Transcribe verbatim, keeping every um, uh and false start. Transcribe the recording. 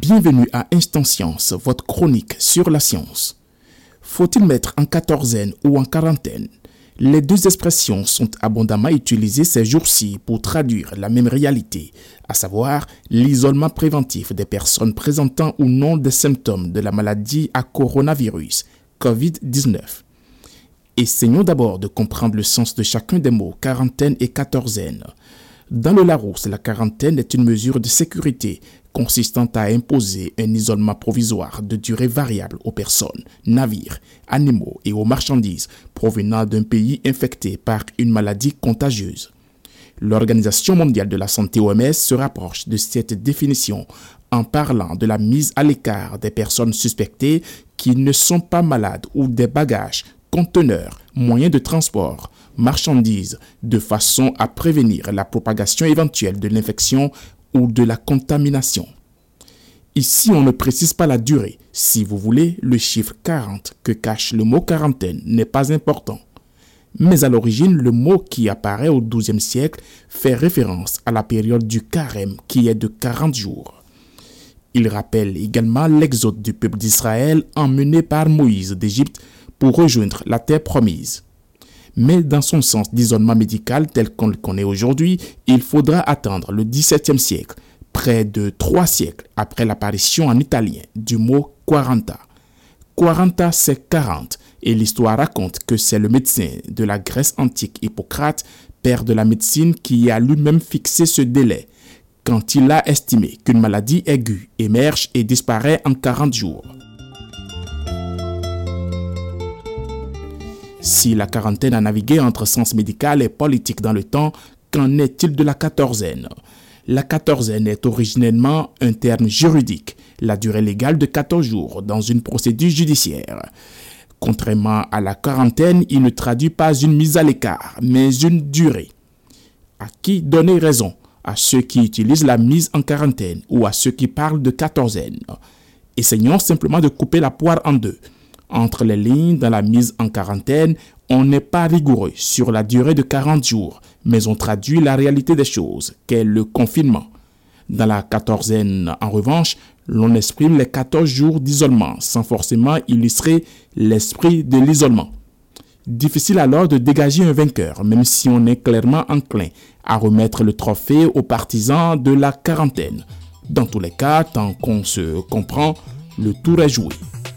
Bienvenue à Instant Science, votre chronique sur la science. Faut-il mettre en quatorzaine ou en quarantaine? Les deux expressions sont abondamment utilisées ces jours-ci pour traduire la même réalité, à savoir l'isolement préventif des personnes présentant ou non des symptômes de la maladie à coronavirus, covid dix-neuf. Essayons d'abord de comprendre le sens de chacun des mots quarantaine et quatorzaine. Dans le Larousse, la quarantaine est une mesure de sécurité consistant à imposer un isolement provisoire de durée variable aux personnes, navires, animaux et aux marchandises provenant d'un pays infecté par une maladie contagieuse. L'Organisation mondiale de la santé O M S se rapproche de cette définition en parlant de la mise à l'écart des personnes suspectées qui ne sont pas malades ou des bagages, conteneurs, moyens de transport, marchandises, de façon à prévenir la propagation éventuelle de l'infection ou de la contamination. Ici, on ne précise pas la durée. Si vous voulez, le chiffre quarante que cache le mot quarantaine n'est pas important. Mais à l'origine, le mot qui apparaît au douzième siècle fait référence à la période du carême qui est de quarante jours. Il rappelle également l'exode du peuple d'Israël emmené par Moïse d'Égypte pour rejoindre la terre promise. Mais dans son sens d'isolement médical tel qu'on le connaît aujourd'hui, il faudra attendre le dix-septième siècle, près de trois siècles après l'apparition en italien du mot quaranta. Quaranta, c'est quarante, et l'histoire raconte que c'est le médecin de la Grèce antique Hippocrate, père de la médecine, qui a lui-même fixé ce délai, quand il a estimé qu'une maladie aiguë émerge et disparaît en quarante jours. Si la quarantaine a navigué entre sens médical et politique dans le temps, qu'en est-il de la quatorzaine? La quatorzaine est originellement un terme juridique, la durée légale de quatorze jours dans une procédure judiciaire. Contrairement à la quarantaine, il ne traduit pas une mise à l'écart, mais une durée. À qui donner raison? À ceux qui utilisent la mise en quarantaine ou à ceux qui parlent de quatorzaine? Essayons simplement de couper la poire en deux. Entre les lignes, dans la mise en quarantaine, on n'est pas rigoureux sur la durée de quarante jours, mais on traduit la réalité des choses, qu'est le confinement. Dans la quatorzaine, en revanche, l'on exprime les quatorze jours d'isolement, sans forcément illustrer l'esprit de l'isolement. Difficile alors de dégager un vainqueur, même si on est clairement enclin à remettre le trophée aux partisans de la quarantaine. Dans tous les cas, tant qu'on se comprend, le tour est joué.